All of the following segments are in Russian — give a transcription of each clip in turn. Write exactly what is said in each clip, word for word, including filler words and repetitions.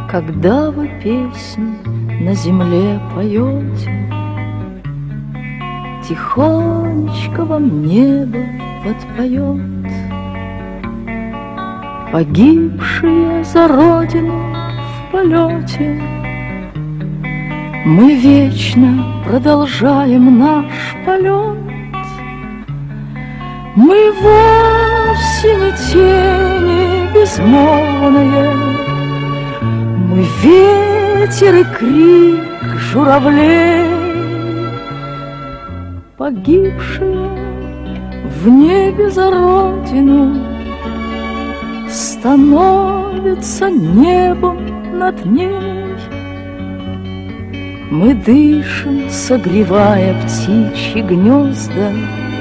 Когда вы песню на земле поете, тихонечко вам небо подпоет. Погибшие за родину в полете, мы вечно продолжаем наш полет. Мы вовсе не тени безмолвные, мы ветер и крик журавлей. Погибшие в небе за родину становятся небом над ней. Мы дышим, согревая птичьи гнезда,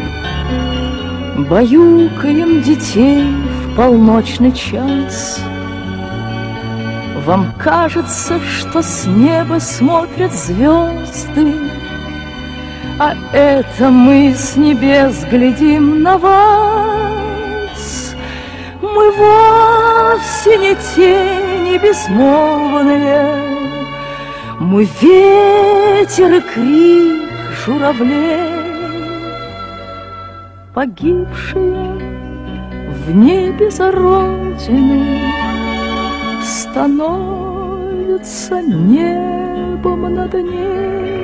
баюкаем детей в полночный час. Вам кажется, что с неба смотрят звезды, а это мы с небес глядим на вас. Мы вовсе не тени безмолвные, мы ветер и крик журавлей. Погибшие в небе за родину становятся небом над ней.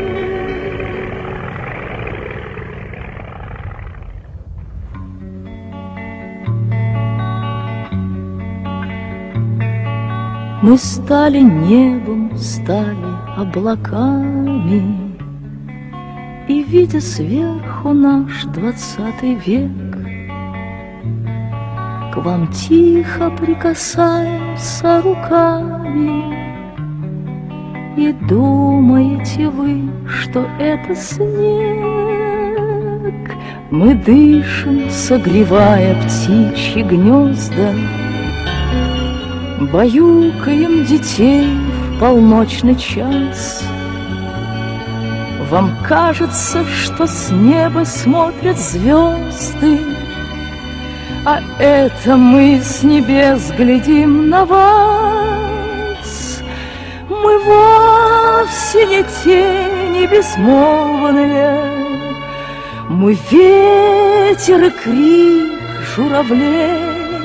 Мы стали небом, стали облаками, и, видя сверху наш двадцатый век, к вам тихо прикасаемся руками. И думаете вы, что это снег? Мы дышим, согревая птичьи гнезда, баюкаем детей в полночный час. Вам кажется, что с неба смотрят звезды, а это мы с небес глядим на вас. Мы вовсе не тени безмолвные, мы ветер и крик журавлей.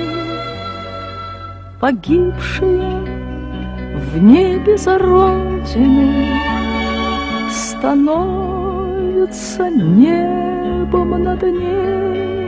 Погибшие в небе за родину становятся небом над ней.